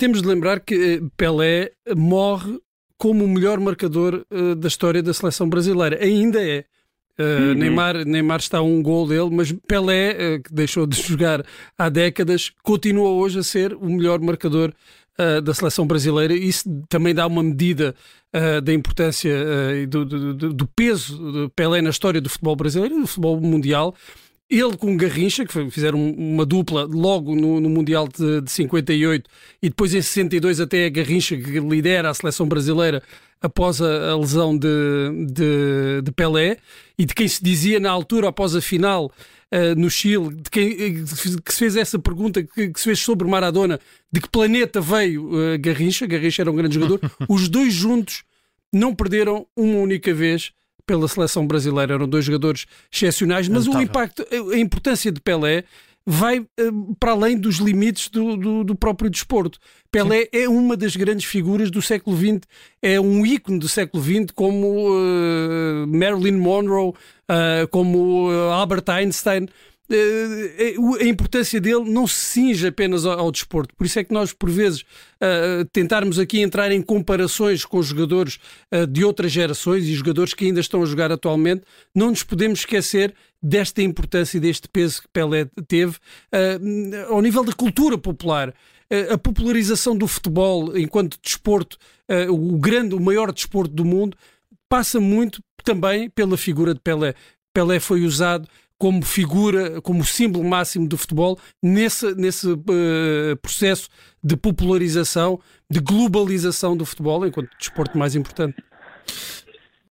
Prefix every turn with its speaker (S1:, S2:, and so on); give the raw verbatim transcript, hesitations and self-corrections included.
S1: temos de lembrar que Pelé morre como o melhor marcador uh, da história da seleção brasileira. Ainda é. Uh, uhum. Neymar, Neymar está a um gol dele, mas Pelé, uh, que deixou de jogar há décadas, continua hoje a ser o melhor marcador uh, da seleção brasileira. Isso também dá uma medida uh, da importância uh, e do, do, do, do peso de Pelé na história do futebol brasileiro e do futebol mundial. Ele com Garrincha, que fizeram uma dupla logo no, no Mundial de, de cinquenta e oito, e depois em sessenta e dois até a Garrincha, que lidera a seleção brasileira após a, a lesão de, de, de Pelé, e de quem se dizia na altura, após a final uh, no Chile, de quem que se fez essa pergunta, que, que se fez sobre Maradona, de que planeta veio uh, Garrincha. Garrincha era um grande jogador. Os dois juntos não perderam uma única vez pela seleção brasileira. Eram dois jogadores excepcionais, mas o impacto, a importância de Pelé vai uh, para além dos limites do, do, do próprio desporto. Pelé Sim. é uma das grandes figuras do século vinte, é um ícone do século vinte, como uh, Marilyn Monroe, uh, como uh, Albert Einstein. Uh, a importância dele não se cinge apenas ao, ao desporto. Por isso é que nós, por vezes, uh, tentarmos aqui entrar em comparações com jogadores uh, de outras gerações e jogadores que ainda estão a jogar atualmente, não nos podemos esquecer desta importância e deste peso que Pelé teve uh, ao nível da cultura popular. Uh, a popularização do futebol enquanto desporto, uh, o grande, o maior desporto do mundo, passa muito também pela figura de Pelé. Pelé foi usado como figura, como símbolo máximo do futebol, nesse, nesse uh, processo de popularização, de globalização do futebol, enquanto desporto mais importante.